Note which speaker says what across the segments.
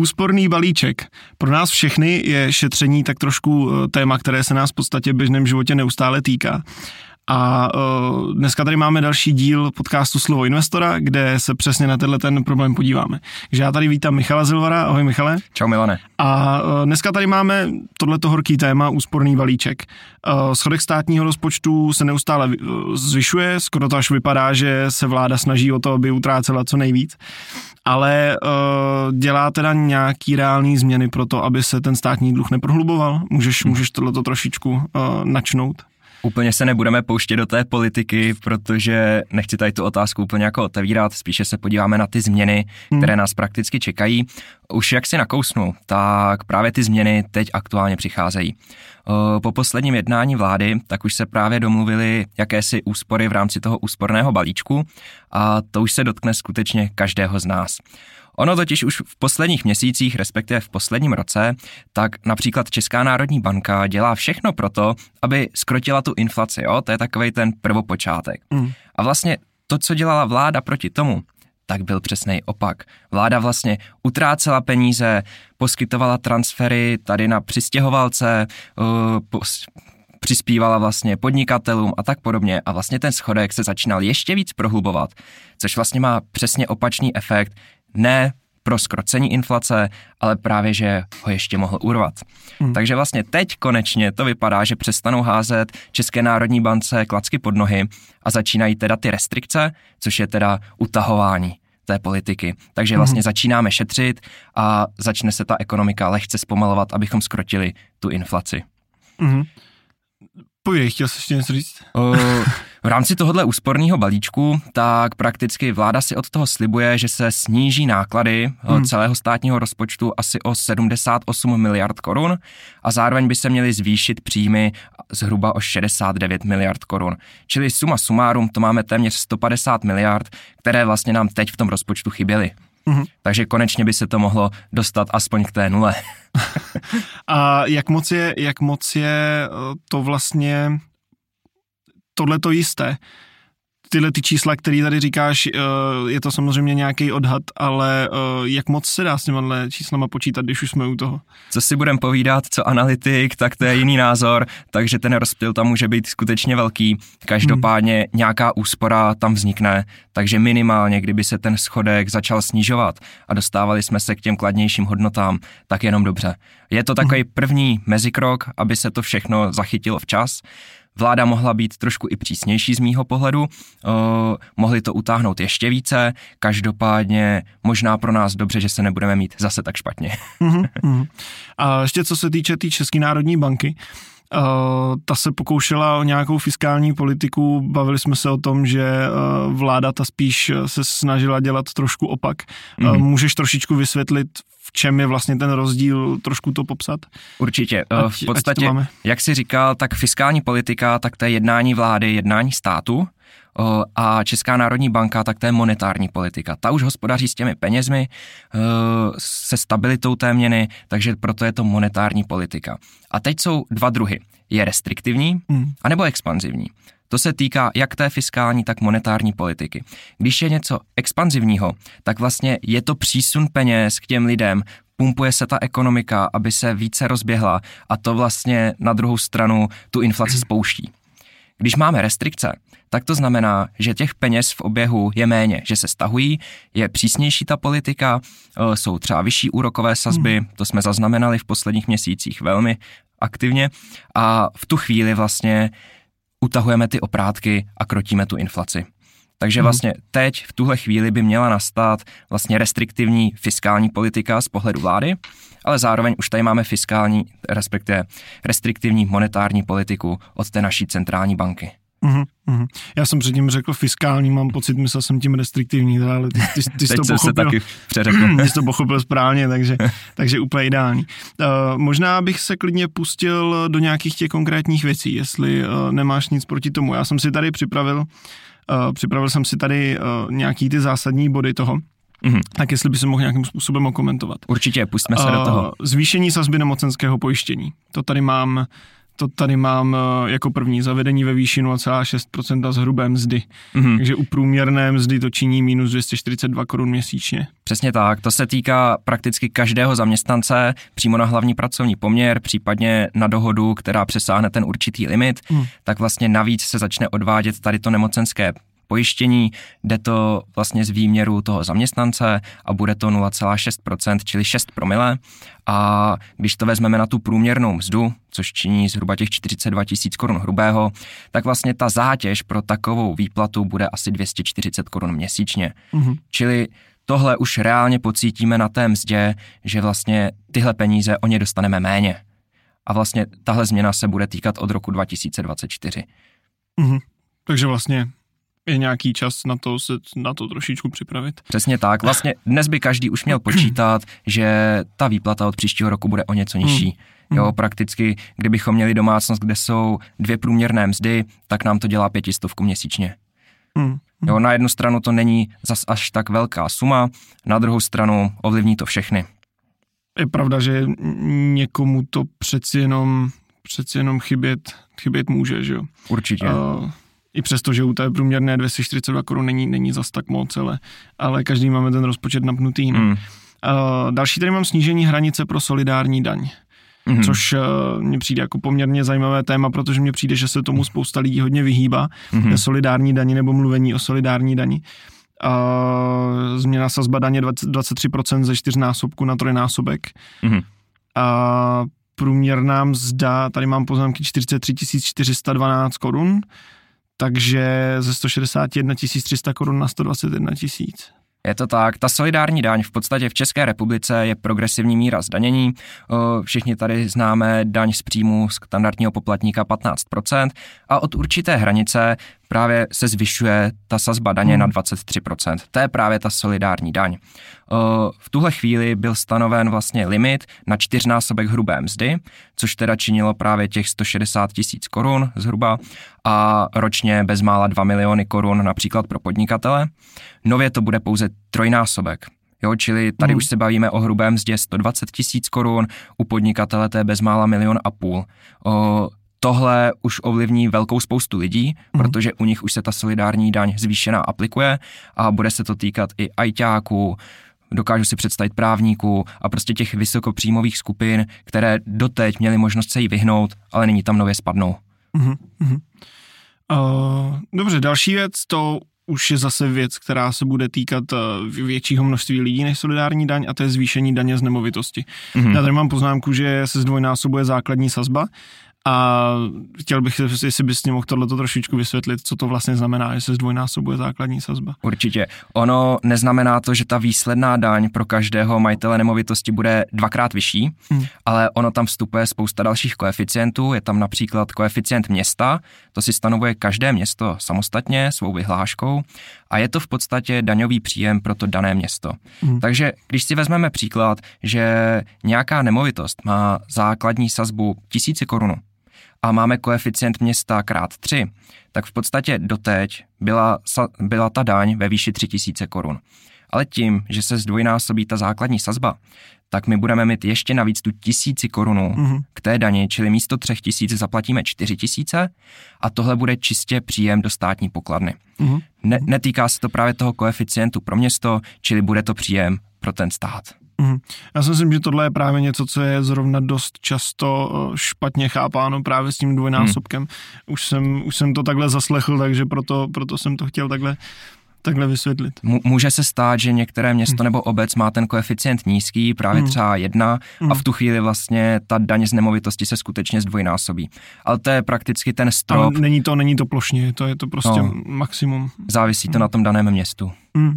Speaker 1: Úsporný balíček. Pro nás všechny je šetření tak trošku téma, které se nás v podstatě v běžném životě neustále týká. A dneska tady máme další díl podcastu Slovo investora, kde se přesně na ten problém podíváme. Takže já tady vítám Michala Zilvara. Ahoj Michale.
Speaker 2: Čau Milane.
Speaker 1: A dneska tady máme tohleto horký téma, úsporný balíček. Schodek státního rozpočtu se neustále zvyšuje, skoro to až vypadá, že se vláda snaží o to, aby utrácela co nejvíc. Ale dělá teda nějaký reální změny pro to, aby se ten státní dluh neprohluboval? Můžeš tohleto trošičku načnout?
Speaker 2: Úplně se nebudeme pouštět do té politiky, protože nechci tady tu otázku úplně jako otevírat, spíše se podíváme na ty změny, které nás prakticky čekají. Už jak si nakousnu, tak právě ty změny teď aktuálně přicházejí. Po posledním jednání vlády, tak už se právě domluvili jakési úspory v rámci toho úsporného balíčku a to už se dotkne skutečně každého z nás. Ono totiž už v posledních měsících, respektive v posledním roce, tak například Česká národní banka dělá všechno pro to, aby zkrotila tu inflaci, jo? To je takovej ten prvopočátek. A vlastně to, co dělala vláda proti tomu, tak byl přesnej opak. Vláda vlastně utrácela peníze, poskytovala transfery tady na přistěhovalce, přispívala vlastně podnikatelům a tak podobně a vlastně ten schodek se začínal ještě víc prohlubovat, což vlastně má přesně opačný efekt, ne pro zkrocení inflace, ale právě, že ho ještě mohl urvat. Takže vlastně teď konečně to vypadá, že přestanou házet České národní bance klacky pod nohy a začínají teda ty restrikce, což je teda utahování té politiky. Takže vlastně začínáme šetřit a začne se ta ekonomika lehce zpomalovat, abychom zkrotili tu inflaci.
Speaker 1: Pověď, chtěl jsi ještě něco říct?
Speaker 2: V rámci tohohle úsporného balíčku, tak prakticky vláda si od toho slibuje, že se sníží náklady celého státního rozpočtu asi o 78 miliard korun a zároveň by se měly zvýšit příjmy zhruba o 69 miliard korun. Čili suma sumárum to máme téměř 150 miliard, které vlastně nám teď v tom rozpočtu chyběly. Takže konečně by se to mohlo dostat aspoň k té nule.
Speaker 1: A jak moc je to vlastně tohleto jisté? Tyhle ty čísla, které tady říkáš, je to samozřejmě nějaký odhad, ale jak moc se dá s těma číslama počítat, když už jsme u toho?
Speaker 2: Co si budem povídat, co analytik, tak to je jiný názor, takže ten rozptyl tam může být skutečně velký. Každopádně nějaká úspora tam vznikne, takže minimálně, kdyby se ten schodek začal snižovat a dostávali jsme se k těm kladnějším hodnotám, tak jenom dobře. Je to takový první mezikrok, aby se to všechno zachytilo včas. Vláda mohla být trošku i přísnější z mýho pohledu, mohli to utáhnout ještě více, každopádně možná pro nás dobře, že se nebudeme mít zase tak špatně.
Speaker 1: A ještě co se týče té České národní banky, ta se pokoušela o nějakou fiskální politiku, bavili jsme se o tom, že vláda ta spíš se snažila dělat trošku opak. Můžeš trošičku vysvětlit, v čem je vlastně ten rozdíl, trošku to popsat?
Speaker 2: Určitě. V podstatě, jak jsi říkal, tak fiskální politika, tak to je jednání vlády, jednání státu a Česká národní banka, tak to je monetární politika. Ta už hospodaří s těmi penězmi, se stabilitou té měny, takže proto je to monetární politika. A teď jsou dva druhy. Je restriktivní, anebo expanzivní. To se týká jak té fiskální, tak monetární politiky. Když je něco expanzivního, tak vlastně je to přísun peněz k těm lidem, pumpuje se ta ekonomika, aby se více rozběhla a to vlastně na druhou stranu tu inflaci spouští. Když máme restrikce, tak to znamená, že těch peněz v oběhu je méně, že se stahují, je přísnější ta politika, jsou třeba vyšší úrokové sazby, to jsme zaznamenali v posledních měsících velmi aktivně a v tu chvíli vlastně utahujeme ty oprátky a krotíme tu inflaci. Takže vlastně teď v tuhle chvíli by měla nastat vlastně restriktivní fiskální politika z pohledu vlády, ale zároveň už tady máme fiskální, respektive restriktivní monetární politiku od té naší centrální banky.
Speaker 1: Já jsem předtím řekl fiskální, mám pocit, myslel jsem tím restriktivní, ale ty jsi to pochopil.
Speaker 2: Taky přeřekl.
Speaker 1: Ty jsi to pochopil správně, takže úplně ideální. Možná bych se klidně pustil do nějakých těch konkrétních věcí, jestli nemáš nic proti tomu. Já jsem si tady připravil jsem si tady nějaký ty zásadní body toho, tak jestli by se mohl nějakým způsobem okomentovat.
Speaker 2: Určitě, pustíme se do toho.
Speaker 1: Zvýšení sazby nemocenského pojištění. To tady mám to tady mám jako první zavedení ve výši 0,6% z hrubé mzdy. Takže u průměrné mzdy to činí minus 242 korun měsíčně.
Speaker 2: Přesně tak, to se týká prakticky každého zaměstnance přímo na hlavní pracovní poměr, případně na dohodu, která přesáhne ten určitý limit, tak vlastně navíc se začne odvádět tady to nemocenské pojištění, jde to vlastně z výměru toho zaměstnance a bude to 0,6%, čili 6 promile. A když to vezmeme na tu průměrnou mzdu, což činí zhruba těch 42 000 korun hrubého, tak vlastně ta zátěž pro takovou výplatu bude asi 240 korun měsíčně. Čili tohle už reálně pocítíme na té mzdě, že vlastně tyhle peníze o ně dostaneme méně. A vlastně tahle změna se bude týkat od roku 2024.
Speaker 1: Takže vlastně je nějaký čas na to se na to trošičku připravit.
Speaker 2: Přesně tak. Vlastně dnes by každý už měl počítat, že ta výplata od příštího roku bude o něco nižší. Jo, prakticky, kdybychom měli domácnost, kde jsou 2 průměrné mzdy, tak nám to dělá 500 měsíčně. Jo, na jednu stranu to není zas až tak velká suma, na druhou stranu ovlivní to všechny.
Speaker 1: Je pravda, že někomu to přeci jenom chybět může, že jo?
Speaker 2: Určitě.
Speaker 1: I přesto, že u té průměrné 242 korun není zas tak moc, ale každý máme ten rozpočet napnutý. Další tady mám snížení hranice pro solidární daň, což mně přijde jako poměrně zajímavé téma, protože mně přijde, že se tomu spousta lidí hodně vyhýbá, solidární daní nebo mluvení o solidární dani. Změna sazba daně 23% ze 4násobku na 3násobek. A průměrná mzda, tady mám poznámky 43 412 korun, takže ze 161 300 korun na 121 000.
Speaker 2: Je to tak, ta solidární daň v podstatě v České republice je progresivní míra zdanění. Všichni tady známe daň z příjmu standardního poplatníka 15% a od určité hranice právě se zvyšuje ta sazba daně na 23%. To je právě ta solidární daň. V tuhle chvíli byl stanoven vlastně limit na 4násobek hrubé mzdy, což teda činilo právě těch 160 000 korun zhruba a ročně bezmála 2 miliony korun například pro podnikatele. Nově to bude pouze 3násobek. Jo, čili tady už se bavíme o hrubé mzdě 120 000 korun, u podnikatele to je bezmála 1,5 milionu. Tohle už ovlivní velkou spoustu lidí, protože u nich už se ta solidární daň zvýšená aplikuje a bude se to týkat i ajťáků, dokážu si představit právníků a prostě těch vysokopříjmových skupin, které doteď měly možnost se jí vyhnout, ale nyní tam nově spadnou.
Speaker 1: Dobře, další věc, to už je zase věc, která se bude týkat většího množství lidí než solidární daň a to je zvýšení daně z nemovitosti. Já tady mám poznámku, že se zdvojnásobuje základní sazba a chtěl bych, jestli bys mě mohl tohleto trošičku vysvětlit, co to vlastně znamená, že se zdvojnásobuje základní sazba.
Speaker 2: Určitě. Ono neznamená to, že ta výsledná daň pro každého majitele nemovitosti bude 2x vyšší, ale ono tam vstupuje spousta dalších koeficientů. Je tam například koeficient města, to si stanovuje každé město samostatně svou vyhláškou a je to v podstatě daňový příjem pro to dané město. Takže když si vezmeme příklad, že nějaká nemovitost má základní sazbu 1000 korun a máme koeficient města krát 3, tak v podstatě doteď byla ta daň ve výši 3000 korun. Ale tím, že se zdvojnásobí ta základní sazba, tak my budeme mít ještě navíc tu 1000 korunu k té dani, čili místo 3000 zaplatíme 4000 a tohle bude čistě příjem do státní pokladny. Netýká se to právě toho koeficientu pro město, čili bude to příjem pro ten stát.
Speaker 1: Já si myslím, že tohle je právě něco, co je zrovna dost často špatně chápáno právě s tím dvojnásobkem. Už jsem to takhle zaslechl, takže proto jsem to chtěl takhle vysvětlit.
Speaker 2: Může se stát, že některé město nebo obec má ten koeficient nízký, právě třeba 1 a v tu chvíli vlastně ta daň z nemovitosti se skutečně zdvojnásobí. Ale to je prakticky ten strop.
Speaker 1: Ale není to plošně, je to prostě maximum.
Speaker 2: Závisí to na tom daném městu.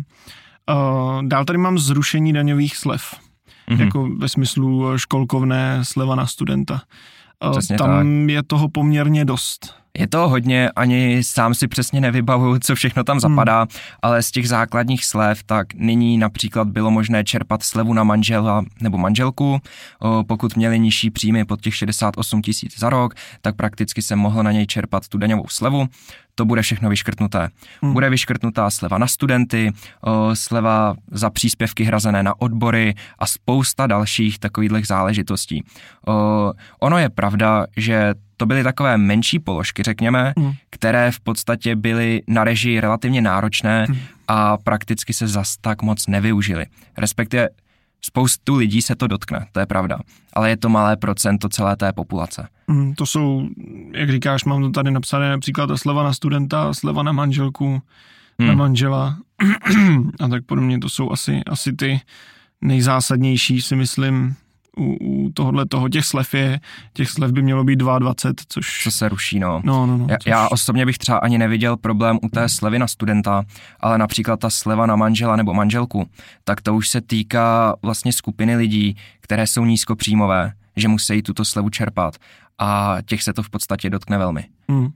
Speaker 1: Dál tady mám zrušení daňových slev, jako ve smyslu školkovné, sleva na studenta. Tam je toho poměrně dost.
Speaker 2: Je to hodně, ani sám si přesně nevybavuju, co všechno tam zapadá, ale z těch základních slev, tak nyní například bylo možné čerpat slevu na manžela nebo manželku, pokud měli nižší příjmy pod těch 68 000 za rok, tak prakticky se mohlo na něj čerpat tu daňovou slevu. To bude všechno vyškrtnuté. Bude vyškrtnutá sleva na studenty, sleva za příspěvky hrazené na odbory a spousta dalších takových záležitostí. Ono je pravda, že to byly takové menší položky, řekněme, které v podstatě byly na režii relativně náročné a prakticky se zas tak moc nevyužily. Respektive spoustu lidí se to dotkne, to je pravda, ale je to malé procento celé té populace.
Speaker 1: To jsou, jak říkáš, mám to tady napsané například sleva na studenta, sleva na manželku, na manžela a tak podobně, to jsou asi ty nejzásadnější, si myslím, u tohoto. Těch slev by mělo být 22, což...
Speaker 2: Co se ruší, no.
Speaker 1: No.
Speaker 2: Já osobně bych třeba ani neviděl problém u té slevy na studenta, ale například ta sleva na manžela nebo manželku, tak to už se týká vlastně skupiny lidí, které jsou nízkopříjmové, že musí tuto slevu čerpat a těch se to v podstatě dotkne velmi.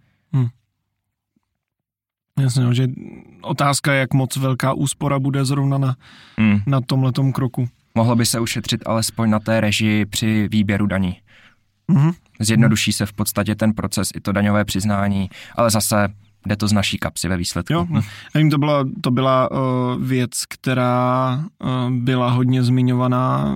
Speaker 1: Jasně, že otázka je, jak moc velká úspora bude zrovna na tomhletom kroku.
Speaker 2: Mohlo by se ušetřit alespoň na té režii při výběru daní. Zjednoduší se v podstatě ten proces i to daňové přiznání, ale zase jde to z naší kapsy ve výsledku.
Speaker 1: Jo, nevím, to byla věc, která byla hodně zmiňovaná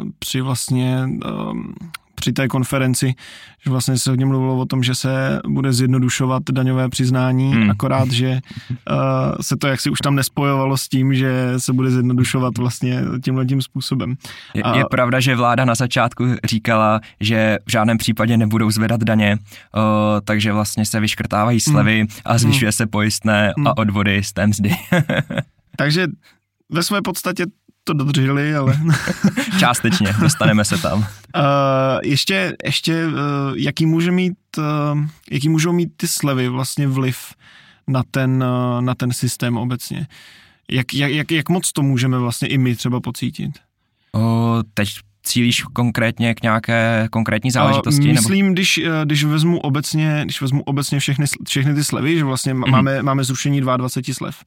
Speaker 1: při té konferenci, že vlastně se hodně mluvilo o tom, že se bude zjednodušovat daňové přiznání, akorát, že se to jaksi už tam nespojovalo s tím, že se bude zjednodušovat vlastně tímhletím způsobem.
Speaker 2: Je pravda, že vláda na začátku říkala, že v žádném případě nebudou zvedat daně, takže vlastně se vyškrtávají slevy a zvyšuje se pojistné a odvody z té mzdy. Takže
Speaker 1: ve své podstatě to dodrželi, ale...
Speaker 2: Částečně, dostaneme se tam.
Speaker 1: Ještě jaký můžou mít ty slevy vlastně vliv na ten systém obecně? Jak moc to můžeme vlastně i my třeba pocítit?
Speaker 2: Teď cílíš konkrétně k nějaké konkrétní záležitosti?
Speaker 1: Myslím, nebo? Když vezmu obecně všechny ty slevy, že vlastně máme zrušení 22 slev.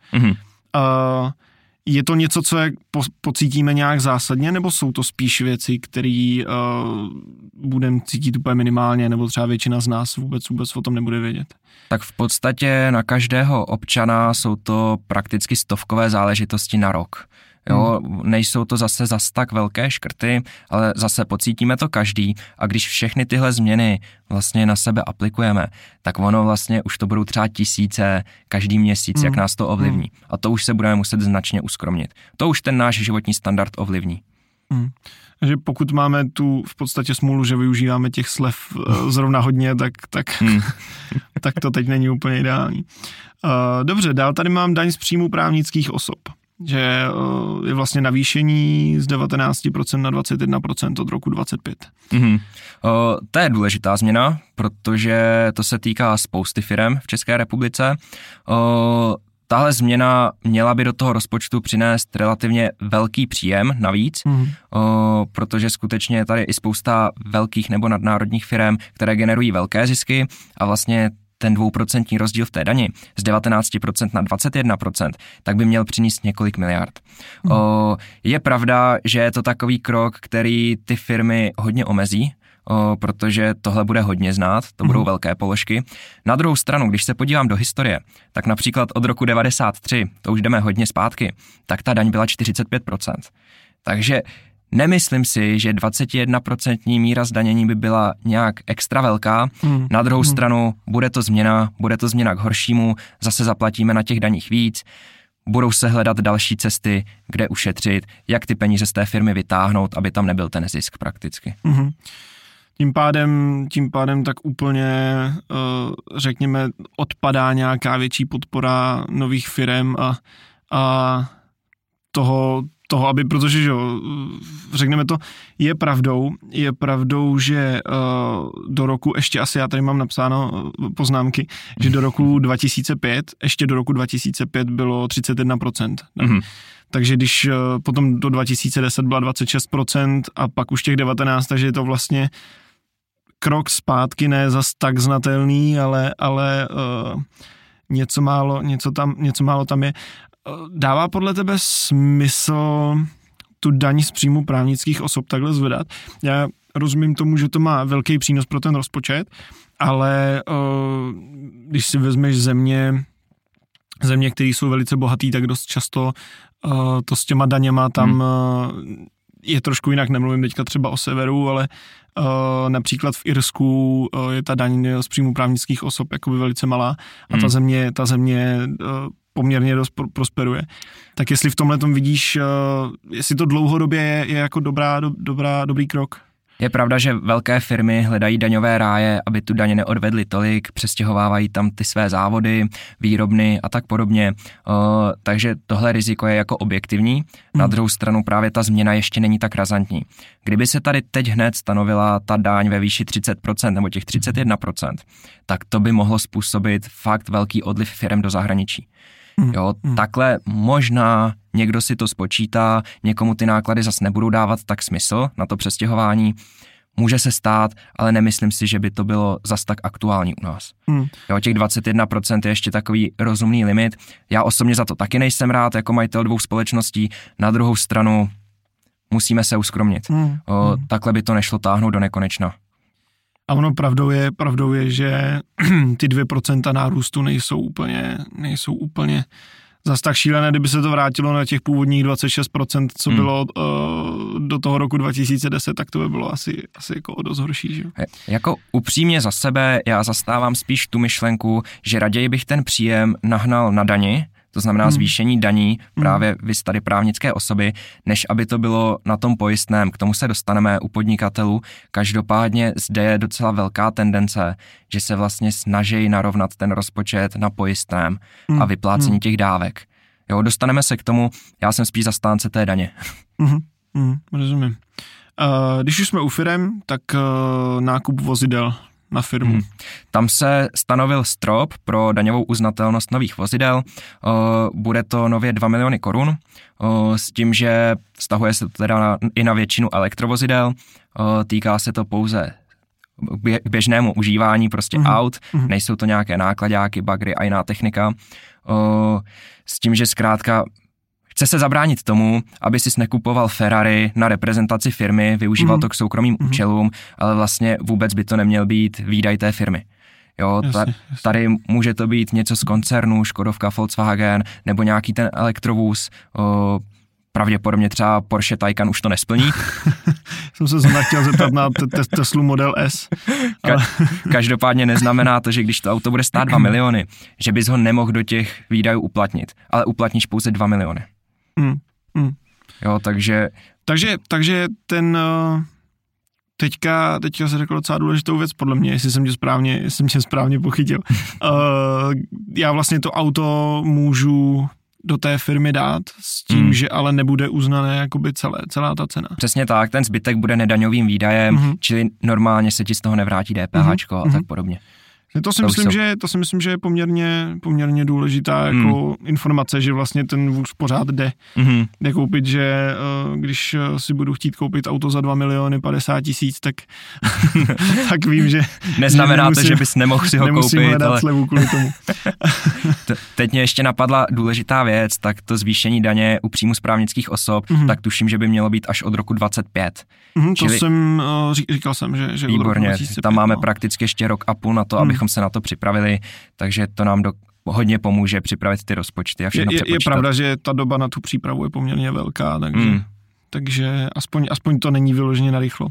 Speaker 1: Je to něco, co pocítíme nějak zásadně, nebo jsou to spíš věci, které budeme cítit úplně minimálně, nebo třeba většina z nás vůbec o tom nebude vědět?
Speaker 2: Tak v podstatě na každého občana jsou to prakticky stovkové záležitosti na rok. Jo, nejsou to zase tak velké škrty, ale zase pocítíme to každý a když všechny tyhle změny vlastně na sebe aplikujeme, tak ono vlastně už to budou třeba tisíce každý měsíc, jak nás to ovlivní. A to už se budeme muset značně uskromnit. To už ten náš životní standard ovlivní.
Speaker 1: Takže pokud máme tu v podstatě smůlu, že využíváme těch slev zrovna hodně, tak to teď není úplně ideální. Dobře, dál tady mám daň z příjmu právnických osob, že je vlastně navýšení z 19% na 21% od roku 2025.
Speaker 2: To je důležitá změna, protože to se týká spousty firem v České republice. Tahle změna měla by do toho rozpočtu přinést relativně velký příjem navíc, protože skutečně je tady i spousta velkých nebo nadnárodních firem, které generují velké zisky a vlastně ten 2% rozdíl v té dani z 19% na 21%, tak by měl přinést několik miliard. Je pravda, že je to takový krok, který ty firmy hodně omezí, protože tohle bude hodně znát, to budou velké položky. Na druhou stranu, když se podívám do historie, tak například od roku 93, to už jdeme hodně zpátky, tak ta daň byla 45%. Takže nemyslím si, že 21% míra zdanění by byla nějak extra velká. Na druhou stranu bude to změna k horšímu, zase zaplatíme na těch daních víc, budou se hledat další cesty, kde ušetřit, jak ty peníze z té firmy vytáhnout, aby tam nebyl ten zisk prakticky.
Speaker 1: Tím pádem tak úplně, řekněme, odpadá nějaká větší podpora nových firem a toho, aby, protože že, řekneme to, je pravdou, že do roku, ještě asi já tady mám napsáno poznámky, že do roku 2005 bylo 31%. Takže když potom do 2010 byla 26% a pak už těch 19%, takže je to vlastně krok zpátky, ne zas tak znatelný, ale něco málo tam je. Dává podle tebe smysl tu daň z příjmu právnických osob takhle zvedat? Já rozumím tomu, že to má velký přínos pro ten rozpočet, ale když si vezmeš země, které jsou velice bohatý, tak dost často to s těma daněma tam je trošku jinak, nemluvím teďka třeba o severu, ale například v Irsku je ta daň z příjmu právnických osob jakoby velice malá a ta země poměrně dost prosperuje. Tak jestli v tomhletom vidíš, jestli to dlouhodobě je jako dobrý krok?
Speaker 2: Je pravda, že velké firmy hledají daňové ráje, aby tu daně neodvedly tolik, přestěhovávají tam ty své závody, výrobny a tak podobně. Takže tohle riziko je jako objektivní. Na druhou stranu právě ta změna ještě není tak razantní. Kdyby se tady teď hned stanovila ta daň ve výši 30% nebo těch 31%, tak to by mohlo způsobit fakt velký odliv firem do zahraničí. Jo, takhle možná někdo si to spočítá, někomu ty náklady zas nebudou dávat tak smysl na to přestěhování. Může se stát, ale nemyslím si, že by to bylo zas tak aktuální u nás. Jo, těch 21% je ještě takový rozumný limit. Já osobně za to taky nejsem rád jako majitel 2 společností. Na druhou stranu musíme se uskromnit. Takhle by to nešlo táhnout do nekonečna.
Speaker 1: A ono pravdou je, že ty 2% nárůstu nejsou úplně zas tak šílené, kdyby se to vrátilo na těch původních 26%, co bylo do toho roku 2010, tak to by bylo asi jako o dost horší. Že?
Speaker 2: Jako upřímně za sebe, já zastávám spíš tu myšlenku, že raději bych ten příjem nahnal na dani, to znamená zvýšení daní právě vy tady právnické osoby, než aby to bylo na tom pojistném. K tomu se dostaneme u podnikatelů. Každopádně zde je docela velká tendence, že se vlastně snaží narovnat ten rozpočet na pojistném a vyplácení těch dávek. Jo, dostaneme se k tomu, já jsem spíš zastánce té daně.
Speaker 1: Rozumím. Když už jsme u firem, tak nákup vozidel na firmu.
Speaker 2: Tam se stanovil strop pro daňovou uznatelnost nových vozidel. Bude to nově 2 miliony korun, s tím, že vztahuje se to teda i na většinu elektrovozidel. Týká se to pouze k běžnému užívání prostě aut, nejsou to nějaké nákladáky, bagry a jiná technika. S tím, že zkrátka chce se zabránit tomu, aby si nekupoval Ferrari na reprezentaci firmy, využíval to k soukromým účelům, ale vlastně vůbec by to neměl být výdaj té firmy. Jo, tady může to být něco z koncernu, Škodovka, Volkswagen, nebo nějaký ten elektrovůz, pravděpodobně třeba Porsche Taycan už to nesplní.
Speaker 1: Jsem se zrovna chtěl zeptat na Teslu Model S.
Speaker 2: Každopádně neznamená to, že když to auto bude stát 2 miliony, že bys ho nemohl do těch výdajů uplatnit, ale uplatníš pouze 2 miliony. Jo, takže
Speaker 1: ten teďka se řekl docela důležitou věc, podle mě, jestli jsem tě správně pochytil. Já vlastně to auto můžu do té firmy dát s tím, že ale nebude uznané jakoby celá ta cena.
Speaker 2: Přesně tak, ten zbytek bude nedaňovým výdajem, čili normálně se ti z toho nevrátí DPHčko a tak podobně.
Speaker 1: To si myslím, že je poměrně důležitá jako informace, že vlastně ten vůz pořád jde koupit, že když si budu chtít koupit auto za 2 miliony 50 tisíc, tak vím, že
Speaker 2: neznamená to, že bys nemohl si ho
Speaker 1: nemusím
Speaker 2: koupit.
Speaker 1: Hledat slevu kvůli tomu.
Speaker 2: Teď mě ještě napadla důležitá věc, tak to zvýšení daně u příjmu z právnických osob, tak tuším, že by mělo být až od roku 25.
Speaker 1: Čili, říkal jsem, že
Speaker 2: výborně,
Speaker 1: od roku 2005,
Speaker 2: tam máme prakticky ještě rok a půl na to, abychom se na to připravili, takže to nám hodně pomůže připravit ty rozpočty a všechno přepočítat. Je pravda,
Speaker 1: že ta doba na tu přípravu je poměrně velká, takže aspoň to není vyloženě narychlo.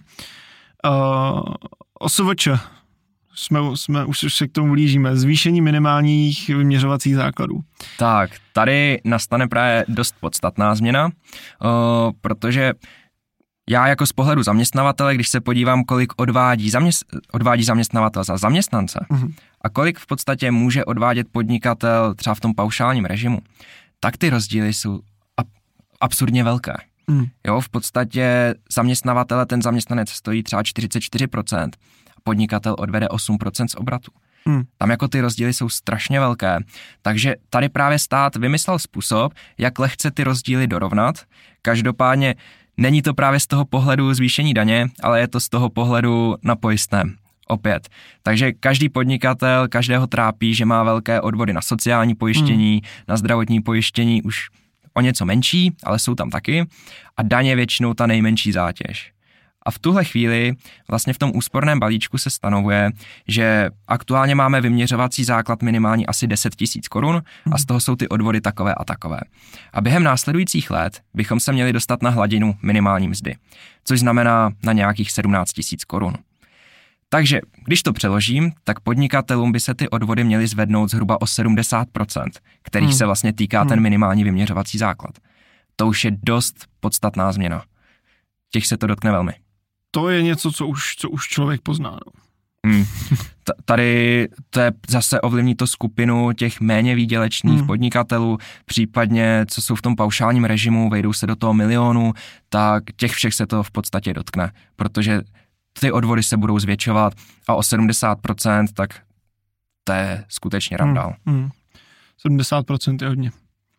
Speaker 1: OSVČ, jsme už se k tomu blížíme, zvýšení minimálních vyměřovacích základů.
Speaker 2: Tak, tady nastane právě dost podstatná změna, protože já jako z pohledu zaměstnavatele, když se podívám, kolik odvádí zaměstnavatel za zaměstnance a kolik v podstatě může odvádět podnikatel třeba v tom paušálním režimu, tak ty rozdíly jsou absurdně velké. Jo, v podstatě zaměstnavatele, ten zaměstnanec stojí třeba 44%, a podnikatel odvede 8% z obratu. Tam jako ty rozdíly jsou strašně velké, takže tady právě stát vymyslel způsob, jak lehce ty rozdíly dorovnat. Každopádně není to právě z toho pohledu zvýšení daně, ale je to z toho pohledu na pojistném. Opět. Takže každý podnikatel, každého trápí, že má velké odvody na sociální pojištění, na zdravotní pojištění, už o něco menší, ale jsou tam taky. A daně většinou ta nejmenší zátěž. A v tuhle chvíli vlastně v tom úsporném balíčku se stanovuje, že aktuálně máme vyměřovací základ minimální asi 10 000 korun a z toho jsou ty odvody takové a takové. A během následujících let bychom se měli dostat na hladinu minimální mzdy, což znamená na nějakých 17 000 korun. Takže když to přeložím, tak podnikatelům by se ty odvody měly zvednout zhruba o 70%, kterých se vlastně týká ten minimální vyměřovací základ. To už je dost podstatná změna. Těch se to dotkne velmi.
Speaker 1: To je něco, co už člověk pozná. No.
Speaker 2: Tady to je zase ovlivní to skupinu těch méně výdělečných podnikatelů, případně co jsou v tom paušálním režimu, vejdou se do toho milionu, tak těch všech se to v podstatě dotkne, protože ty odvody se budou zvětšovat a o 70%, tak to je skutečně randál.
Speaker 1: 70% je hodně.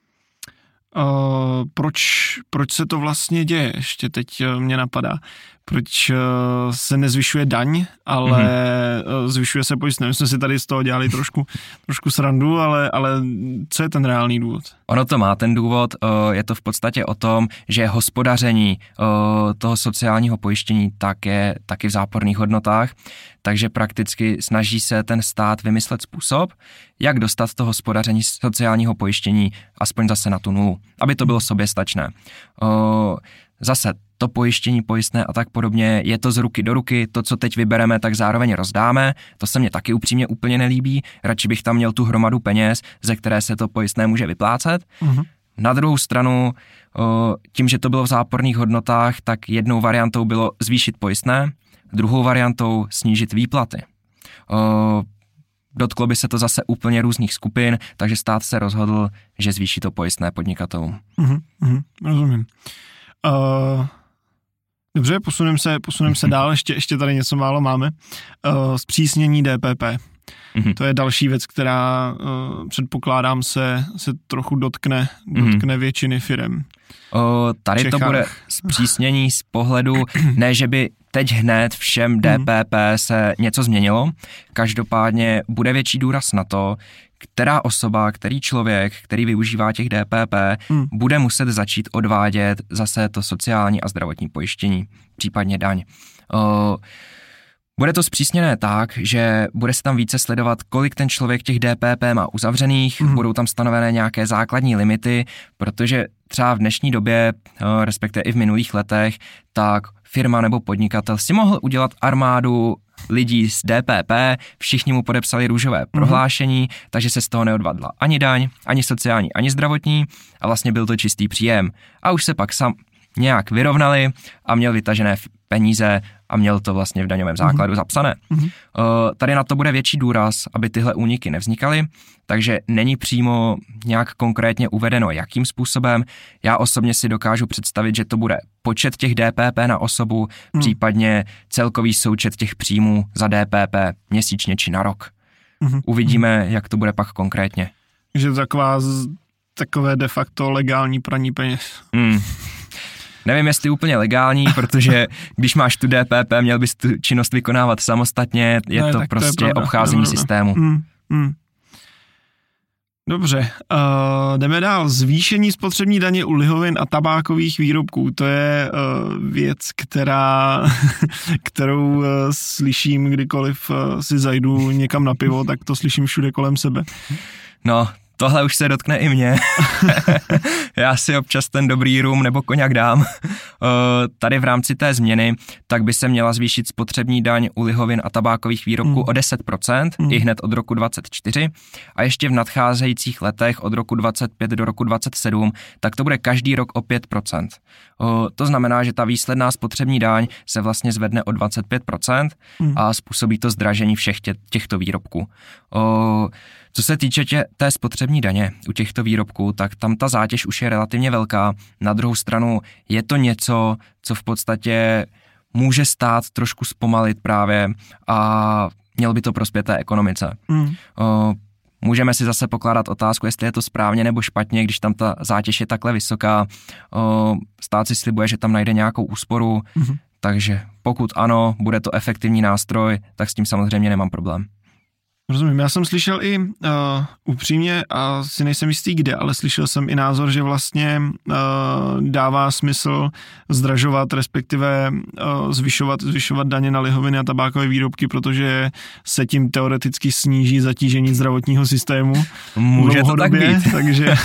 Speaker 1: Proč se to vlastně děje? Ještě teď mě napadá. Proč se nezvyšuje daň, ale zvyšuje se pojistné? My jsme si tady z toho dělali trošku srandu, ale co je ten reálný důvod?
Speaker 2: Ono to má ten důvod, je to v podstatě o tom, že hospodaření toho sociálního pojištění je taky v záporných hodnotách, takže prakticky snaží se ten stát vymyslet způsob, jak dostat to hospodaření sociálního pojištění aspoň zase na tu nulu, aby to bylo soběstačné. Zase to pojištění, pojistné a tak podobně, je to z ruky do ruky, to, co teď vybereme, tak zároveň rozdáme, to se mně taky upřímně úplně nelíbí, radši bych tam měl tu hromadu peněz, ze které se to pojistné může vyplácet. Na druhou stranu, tím, že to bylo v záporných hodnotách, tak jednou variantou bylo zvýšit pojistné, druhou variantou snížit výplaty. Dotklo by se to zase úplně různých skupin, takže stát se rozhodl, že zvýší to pojistné podnikatelům.
Speaker 1: Rozumím. Dobře, posuneme se dál, ještě tady něco málo máme. Zpřísnění DPP. To je další věc, která předpokládám se trochu dotkne většiny firem.
Speaker 2: Tady to bude zpřísnění z pohledu, ne, že by teď hned všem DPP se něco změnilo, každopádně bude větší důraz na to, která osoba, který člověk, který využívá těch DPP, bude muset začít odvádět zase to sociální a zdravotní pojištění, případně daň. Bude to zpřísněné tak, že bude se tam více sledovat, kolik ten člověk těch DPP má uzavřených, budou tam stanovené nějaké základní limity, protože třeba v dnešní době, respektive i v minulých letech, tak firma nebo podnikatel si mohl udělat armádu lidí z DPP, všichni mu podepsali růžové prohlášení, takže se z toho neodvadla ani daň, ani sociální, ani zdravotní a vlastně byl to čistý příjem. A už se pak nějak vyrovnali a měl vytažené peníze a měl to vlastně v daňovém základu zapsané. Tady na to bude větší důraz, aby tyhle úniky nevznikaly, takže není přímo nějak konkrétně uvedeno, jakým způsobem. Já osobně si dokážu představit, že to bude počet těch DPP na osobu, případně celkový součet těch příjmů za DPP měsíčně či na rok. Uvidíme, jak to bude pak konkrétně.
Speaker 1: Že takové de facto legální praní peněz.
Speaker 2: Nevím, jestli úplně legální, protože když máš tu DPP, měl bys tu činnost vykonávat samostatně, je to prostě obcházení systému.
Speaker 1: Dobře, jdeme dál. Zvýšení spotřební daně u lihovin a tabákových výrobků. To je věc, kterou slyším, kdykoliv si zajdu někam na pivo, tak to slyším všude kolem sebe.
Speaker 2: No, tohle už se dotkne i mě. Já si občas ten dobrý rum nebo koňak dám. Tady v rámci té změny tak by se měla zvýšit spotřební daň u lihovin a tabákových výrobků o 10%, i hned od roku 2024 a ještě v nadcházejících letech od roku 2025 do roku 2027, tak to bude každý rok o 5%. To znamená, že ta výsledná spotřební daň se vlastně zvedne o 25% a způsobí to zdražení všech těchto výrobků. Co se týče té spotřební daně u těchto výrobků, tak tam ta zátěž už je relativně velká. Na druhou stranu je to něco, co v podstatě může stát trošku zpomalit právě a měl by to prospět té ekonomice. Můžeme si zase pokládat otázku, jestli je to správně nebo špatně, když tam ta zátěž je takhle vysoká. Stát si slibuje, že tam najde nějakou úsporu, takže pokud ano, bude to efektivní nástroj, tak s tím samozřejmě nemám problém.
Speaker 1: Rozumím, já jsem slyšel i upřímně, a si nejsem jistý kde, ale slyšel jsem i názor, že vlastně dává smysl zdražovat, respektive zvyšovat daně na lihoviny a tabákové výrobky, protože se tím teoreticky sníží zatížení zdravotního systému.
Speaker 2: Může to tak být.
Speaker 1: takže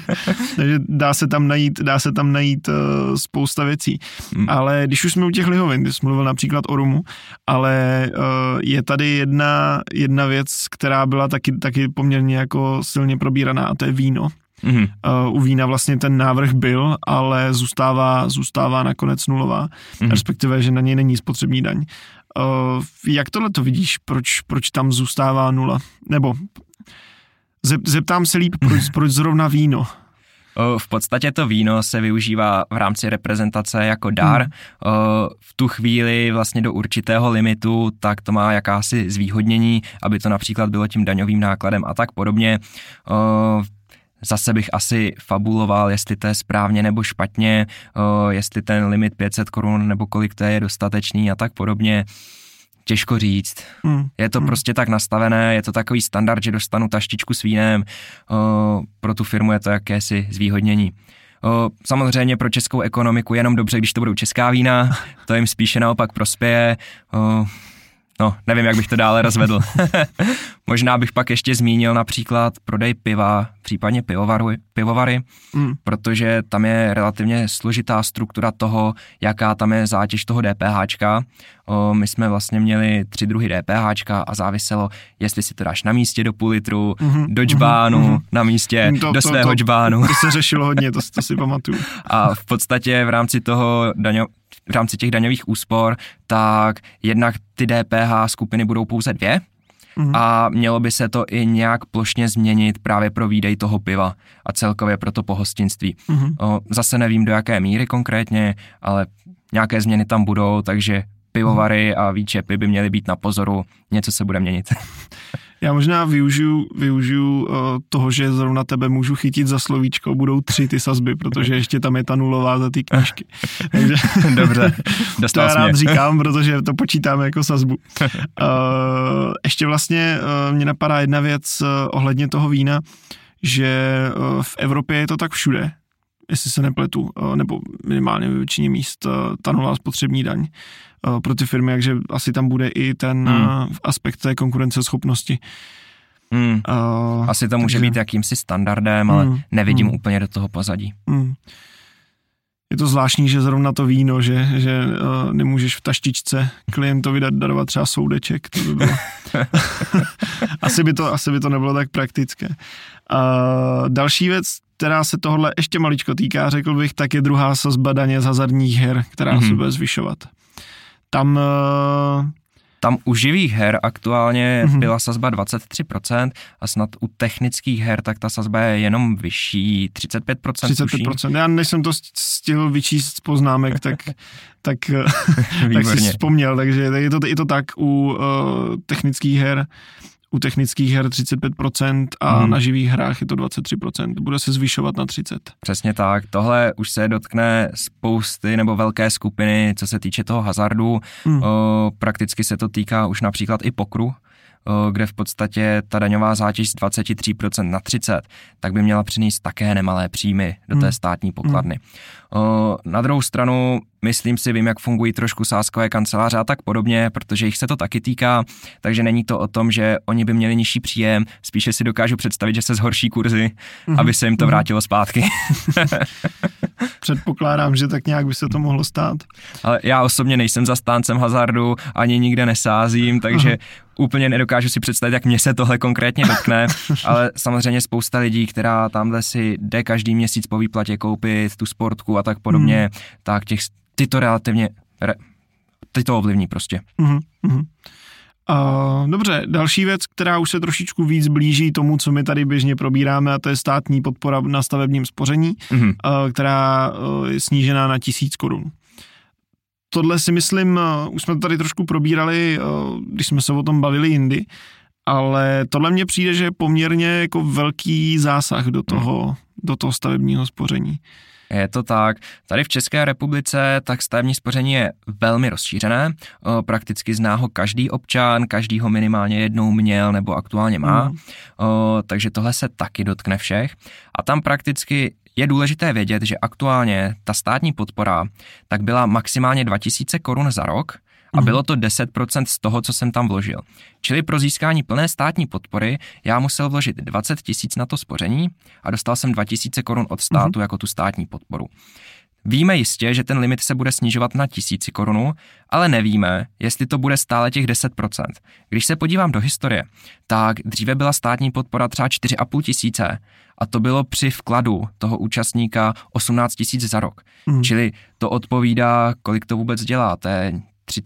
Speaker 1: dá se tam najít spousta věcí. Ale když už jsme u těch lihovin, ty jsi mluvil například o rumu, ale je tady jedna věc, která byla taky poměrně jako silně probíraná, a to je víno. Mm-hmm. U vína vlastně ten návrh byl, ale zůstává nakonec nulová, respektive, že na něj není spotřební daň. Jak tohle to vidíš? Proč tam zůstává nula? Nebo zeptám se líp, proč zrovna víno?
Speaker 2: V podstatě to víno se využívá v rámci reprezentace jako dar. V tu chvíli vlastně do určitého limitu, tak to má jakási zvýhodnění, aby to například bylo tím daňovým nákladem a tak podobně. Zase bych asi fabuloval, jestli to je správně nebo špatně, jestli ten limit 500 korun nebo kolik to je dostatečný a tak podobně. Těžko říct. Je to prostě tak nastavené, je to takový standard, že dostanu taštičku s vínem, pro tu firmu je to jakési zvýhodnění. Samozřejmě pro českou ekonomiku je jenom dobře, když to budou česká vína, to jim spíše naopak prospěje. Nevím, jak bych to dále rozvedl. Možná bych pak ještě zmínil například prodej piva, případně pivovary, protože tam je relativně složitá struktura toho, jaká tam je zátěž toho DPHčka. My jsme vlastně měli 3 druhy DPHčka a záviselo, jestli si to dáš na místě do půl litru, do džbánu, na místě, do svého džbánu.
Speaker 1: To se řešilo hodně, to si pamatuju.
Speaker 2: A v podstatě v rámci těch daňových úspor, tak jednak ty DPH skupiny budou pouze 2 a mělo by se to i nějak plošně změnit právě pro výdej toho piva a celkově pro to pohostinství. Zase nevím, do jaké míry konkrétně, ale nějaké změny tam budou, takže pivovary a výčepy by měly být na pozoru, něco se bude měnit.
Speaker 1: Já možná využiju toho, že zrovna tebe můžu chytit za slovíčko, budou 3 ty sazby, protože ještě tam je ta nulová za ty knížky. Takže
Speaker 2: dobře,
Speaker 1: to já rád říkám, protože to počítáme jako sazbu. Ještě vlastně mě napadá jedna věc ohledně toho vína, že v Evropě je to tak všude, jestli se nepletu, nebo minimálně ve většině míst ta nulová spotřební daň pro ty firmy, takže asi tam bude i ten aspekt té konkurenceschopnosti.
Speaker 2: Asi to může být jakýmsi standardem, ale nevidím úplně do toho pozadí.
Speaker 1: Je to zvláštní, že zrovna to víno, že nemůžeš v taštičce klientovi darovat třeba soudeček. To by bylo. asi by to nebylo tak praktické. Další věc, která se tohle ještě maličko týká, řekl bych, tak je druhá sazba daně z hazardních her, která se bude zvyšovat.
Speaker 2: Tam u živých her aktuálně byla sazba 23% a snad u technických her tak ta sazba je jenom vyšší 35%.
Speaker 1: 35%. Já než jsem to stihl vyčíst z poznámek, tak si vzpomněl, takže je to tak u technických her. U technických her 35% a na živých hrách je to 23%. Bude se zvyšovat na 30%.
Speaker 2: Přesně tak. Tohle už se dotkne spousty nebo velké skupiny, co se týče toho hazardu. Prakticky se to týká už například i pokru, kde v podstatě ta daňová zátěž z 23% na 30%, tak by měla přinést také nemalé příjmy do té státní pokladny. Na druhou stranu, myslím si, vím, jak fungují trošku sázkové kanceláře a tak podobně, protože jich se to taky týká, takže není to o tom, že oni by měli nižší příjem, spíše si dokážu představit, že se zhorší kurzy, aby se jim to vrátilo zpátky.
Speaker 1: Předpokládám, že tak nějak by se to mohlo stát.
Speaker 2: Ale já osobně nejsem zastáncem hazardu, ani nikde nesázím, takže úplně nedokážu si představit, jak mě se tohle konkrétně dotkne, ale samozřejmě spousta lidí, která tamhle si jde každý měsíc po výplatě koupit tu sportku a tak podobně, tak ty to ovlivní prostě.
Speaker 1: Dobře, další věc, která už se trošičku víc blíží tomu, co my tady běžně probíráme, a to je státní podpora na stavebním spoření, která je snížená na 1000 korun. Tohle si myslím, už jsme to tady trošku probírali, když jsme se o tom bavili jindy, ale tohle mně přijde, že je poměrně jako velký zásah do toho stavebního spoření.
Speaker 2: Je to tak. Tady v České republice tak stavební spoření je velmi rozšířené. Prakticky zná ho každý občan, každý ho minimálně jednou měl nebo aktuálně má. Takže tohle se taky dotkne všech. A tam prakticky je důležité vědět, že aktuálně ta státní podpora tak byla maximálně 2000 korun za rok a bylo to 10% z toho, co jsem tam vložil. Čili pro získání plné státní podpory já musel vložit 20 000 na to spoření a dostal jsem 2000 korun od státu jako tu státní podporu. Víme jistě, že ten limit se bude snižovat na 1000 korun, ale nevíme, jestli to bude stále těch 10%. Když se podívám do historie, tak dříve byla státní podpora třeba 4 500 a to bylo při vkladu toho účastníka 18 000 za rok. Čili to odpovídá, kolik to vůbec dělá, to je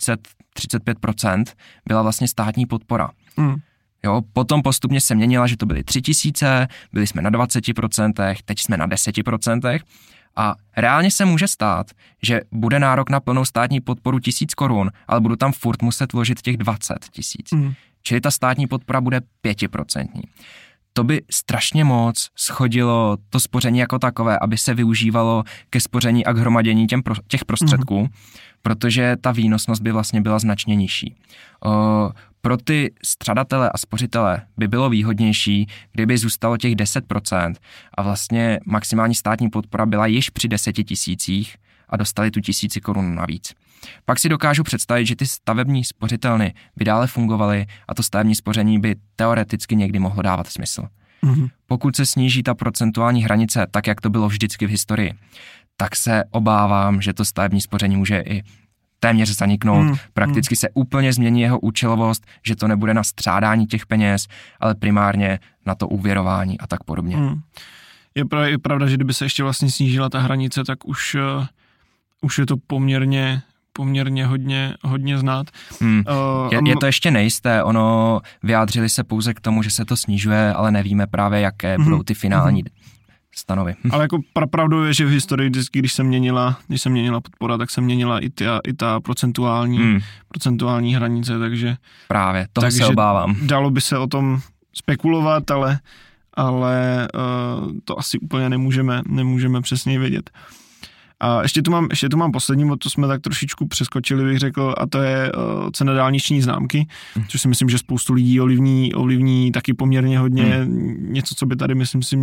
Speaker 2: 35% byla vlastně státní podpora. Jo, potom postupně se měnila, že to byly 3000, byli jsme na 20%, teď jsme na 10%. A reálně se může stát, že bude nárok na plnou státní podporu 1000 korun, ale budu tam furt muset vložit těch 20 000. Čili ta státní podpora bude 5%. To by strašně moc schodilo to spoření jako takové, aby se využívalo ke spoření a k hromadění těch prostředků, protože ta výnosnost by vlastně byla značně nižší. Pro ty střadatele a spořitele by bylo výhodnější, kdyby zůstalo těch 10% a vlastně maximální státní podpora byla již při 10 000 a dostali tu 1000 korun navíc. Pak si dokážu představit, že ty stavební spořitelny by dále fungovaly a to stavební spoření by teoreticky někdy mohlo dávat smysl. Pokud se sníží ta procentuální hranice, tak jak to bylo vždycky v historii, tak se obávám, že to stavební spoření může i téměř zaniknout, prakticky se úplně změní jeho účelovost, že to nebude na střádání těch peněz, ale primárně na to úvěrování a tak podobně.
Speaker 1: Je pravda, že kdyby se ještě vlastně snížila ta hranice, tak už je to poměrně hodně znát.
Speaker 2: Je to ještě nejisté, vyjádřili se pouze k tomu, že se to snižuje, ale nevíme právě, jaké budou ty finální stanovy.
Speaker 1: Ale jako pravdou je, že v historii vždycky, když se měnila podpora, tak se měnila i ta procentuální hranice, takže...
Speaker 2: Právě, toho se obávám. Dalo
Speaker 1: by se o tom spekulovat, ale to asi úplně nemůžeme přesně vědět. A ještě tu mám poslední, to jsme tak trošičku přeskočili, bych řekl, a to je cena dálniční známky, což si myslím, že spoustu lidí ovlivní taky poměrně hodně, něco, co by tady, myslím si,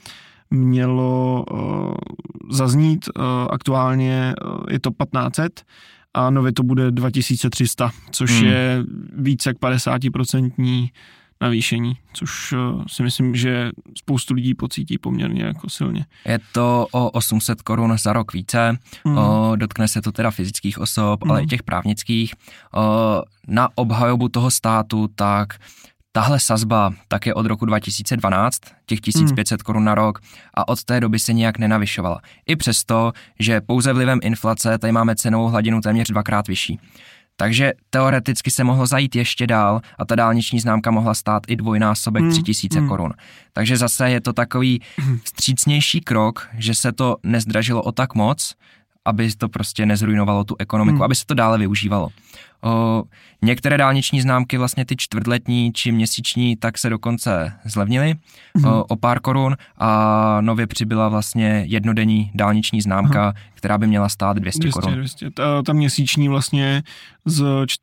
Speaker 1: mělo zaznít. Aktuálně je to 1500 a nově to bude 2300, což je více jak 50% navýšení, což si myslím, že spoustu lidí pocítí poměrně jako silně.
Speaker 2: Je to o 800 korun za rok více, dotkne se to teda fyzických osob, ale i těch právnických. Na obhajobu toho státu, tak tahle sazba tak je od roku 2012, těch 1500 korun na rok a od té doby se nijak nenavyšovala. I přesto, že pouze vlivem inflace tady máme cenovou hladinu téměř 2x vyšší. Takže teoreticky se mohlo zajít ještě dál a ta dálniční známka mohla stát i dvojnásobek 3000 korun. Takže zase je to takový vstřícnější krok, že se to nezdražilo o tak moc, aby to prostě nezrujnovalo tu ekonomiku, aby se to dále využívalo. Některé dálniční známky, vlastně ty čtvrtletní či měsíční, tak se dokonce zlevnily o pár korun a nově přibyla vlastně jednodenní dálniční známka, která by měla stát 200 korun.
Speaker 1: 200. Ta měsíční vlastně z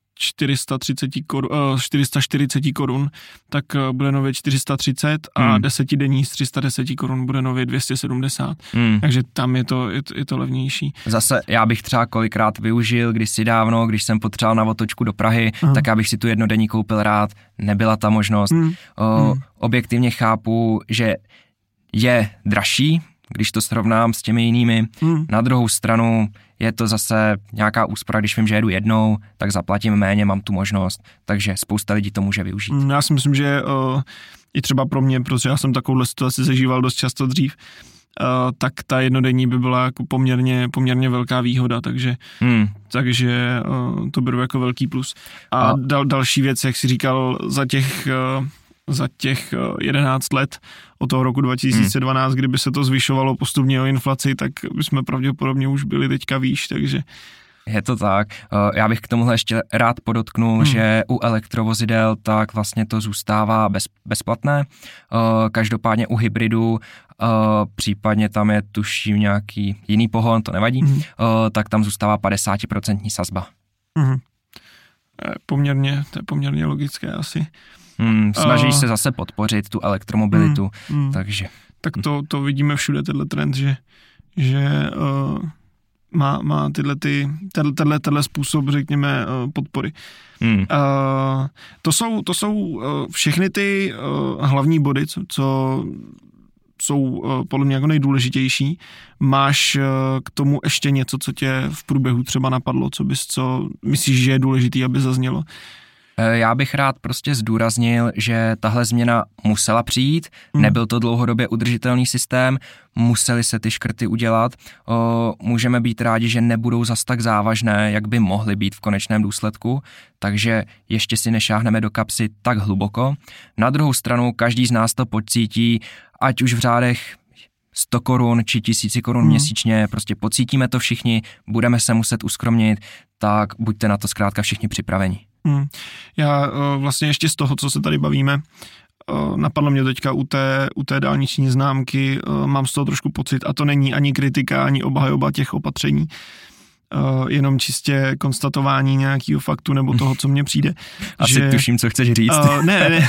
Speaker 1: 440 korun, tak bude nově 430 a 10denní z 310 korun bude nově 270. Takže tam je to levnější.
Speaker 2: Zase já bych třeba kolikrát využil kdysi dávno, když jsem potřeboval na otočku do Prahy, tak já bych si tu jednodenní koupil rád, nebyla ta možnost. Objektivně chápu, že je dražší, když to srovnám s těmi jinými. Na druhou stranu je to zase nějaká úspora, když vím, že jedu jednou, tak zaplatím méně, mám tu možnost, takže spousta lidí to může využít.
Speaker 1: Já si myslím, že i třeba pro mě, protože já jsem takovouhle situaci zažíval dost často dřív, tak ta jednodenní by byla jako poměrně velká výhoda, takže to beru jako velký plus. A další věc, jak jsi říkal, za těch 11 let od toho roku 2012, kdyby se to zvyšovalo postupně o inflaci, tak bychom pravděpodobně už byli teďka výš, takže
Speaker 2: Je to tak. Já bych k tomuhle ještě rád podotknul, že u elektrovozidel tak vlastně to zůstává bezplatné. Každopádně u hybridu, případně tam je tuším nějaký jiný pohon, to nevadí, tak tam zůstává 50% sazba.
Speaker 1: To je poměrně logické asi.
Speaker 2: Snaží se zase podpořit tu elektromobilitu, takže...
Speaker 1: Tak to vidíme všude, tenhle trend, že má tenhle způsob, řekněme, podpory. To jsou všechny ty hlavní body, co jsou podle mě jako nejdůležitější. Máš k tomu ještě něco, co tě v průběhu třeba napadlo, co myslíš, že je důležitý, aby zaznělo?
Speaker 2: Já bych rád prostě zdůraznil, že tahle změna musela přijít, nebyl to dlouhodobě udržitelný systém, museli se ty škrty udělat, můžeme být rádi, že nebudou zas tak závažné, jak by mohly být v konečném důsledku, takže ještě si nešáhneme do kapsy tak hluboko. Na druhou stranu každý z nás to pocítí, ať už v řádech 100 korun či 1000 korun měsíčně, prostě pocítíme to všichni, budeme se muset uskromnit, tak buďte na to zkrátka všichni připraveni.
Speaker 1: Já vlastně ještě z toho, co se tady bavíme, napadlo mě teďka u té dálniční známky, mám z toho trošku pocit, a to není ani kritika, ani obhajoba těch opatření, jenom čistě konstatování nějakého faktu nebo toho, co mně přijde.
Speaker 2: Asi tuším, co chceš říct.
Speaker 1: Ne.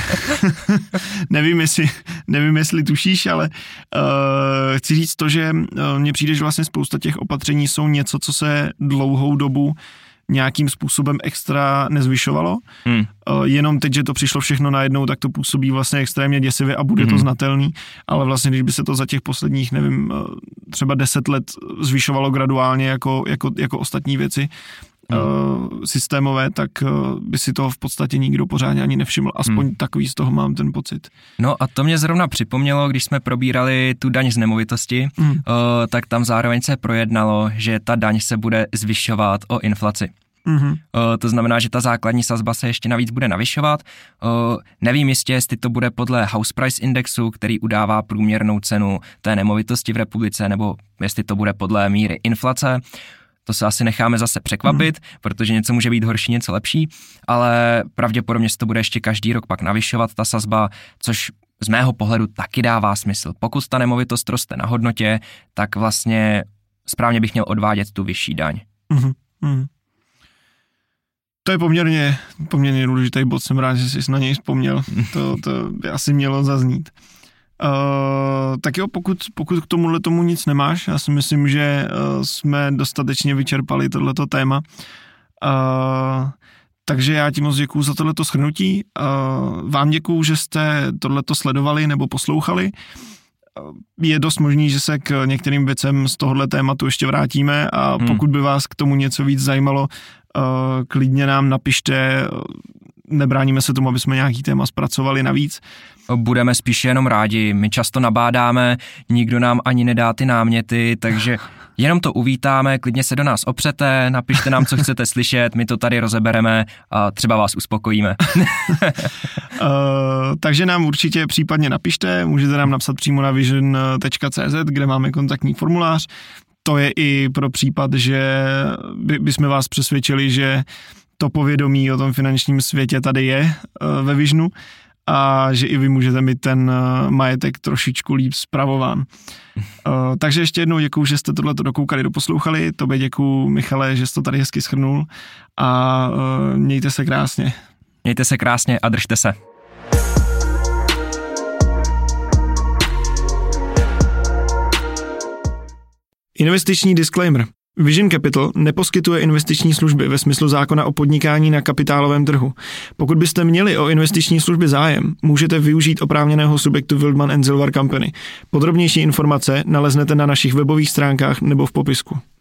Speaker 1: nevím, jestli tušíš, ale chci říct to, že mně přijde, že vlastně spousta těch opatření jsou něco, co se dlouhou dobu nějakým způsobem extra nezvyšovalo. Jenom teď, že to přišlo všechno najednou, tak to působí vlastně extrémně děsivě a bude to znatelný, ale vlastně, když by se to za těch posledních, nevím, třeba 10 let zvyšovalo graduálně jako ostatní věci systémové, tak by si toho v podstatě nikdo pořádně ani nevšiml. Aspoň takový z toho mám ten pocit.
Speaker 2: No a to mě zrovna připomnělo, když jsme probírali tu daň z nemovitosti, tak tam zároveň se projednalo, že ta daň se bude zvyšovat o inflaci. To znamená, že ta základní sazba se ještě navíc bude navyšovat. Nevím jistě, jestli to bude podle House Price Indexu, který udává průměrnou cenu té nemovitosti v republice, nebo jestli to bude podle míry inflace. To se asi necháme zase překvapit, protože něco může být horší, něco lepší, ale pravděpodobně se to bude ještě každý rok pak navyšovat ta sazba, což z mého pohledu taky dává smysl. Pokud ta nemovitost roste na hodnotě, tak vlastně správně bych měl odvádět tu vyšší daň.
Speaker 1: To je poměrně důležitý bod, jsem rád, že jsi na něj vzpomněl. To by asi mělo zaznít. Tak jo, pokud k tomu nic nemáš, já si myslím, že jsme dostatečně vyčerpali tohleto téma. Takže já ti moc děkuju za tohleto shrnutí. Vám děkuju, že jste tohleto sledovali nebo poslouchali. Je dost možný, že se k některým věcem z tohohle tématu ještě vrátíme a pokud by vás k tomu něco víc zajímalo, klidně nám napište, nebráníme se tomu, aby jsme nějaký téma zpracovali navíc.
Speaker 2: Budeme spíše jenom rádi, my často nabádáme, nikdo nám ani nedá ty náměty, takže jenom to uvítáme, klidně se do nás opřete, napište nám, co chcete slyšet, my to tady rozebereme a třeba vás uspokojíme.
Speaker 1: Takže nám určitě případně napište, můžete nám napsat přímo na vision.cz, kde máme kontaktní formulář. To je i pro případ, že bychom vás přesvědčili, že to povědomí o tom finančním světě tady je ve Visionu a že i vy můžete mít ten majetek trošičku líp spravován. Takže ještě jednou děkuju, že jste tohleto dokoukali, doposlouchali. Tobě děkuju, Michale, že jsi to tady hezky shrnul a mějte se krásně.
Speaker 2: Mějte se krásně a držte se.
Speaker 1: Investiční disclaimer. Vision Capital neposkytuje investiční služby ve smyslu zákona o podnikání na kapitálovém trhu. Pokud byste měli o investiční služby zájem, můžete využít oprávněného subjektu Wildman & Silver Company. Podrobnější informace naleznete na našich webových stránkách nebo v popisku.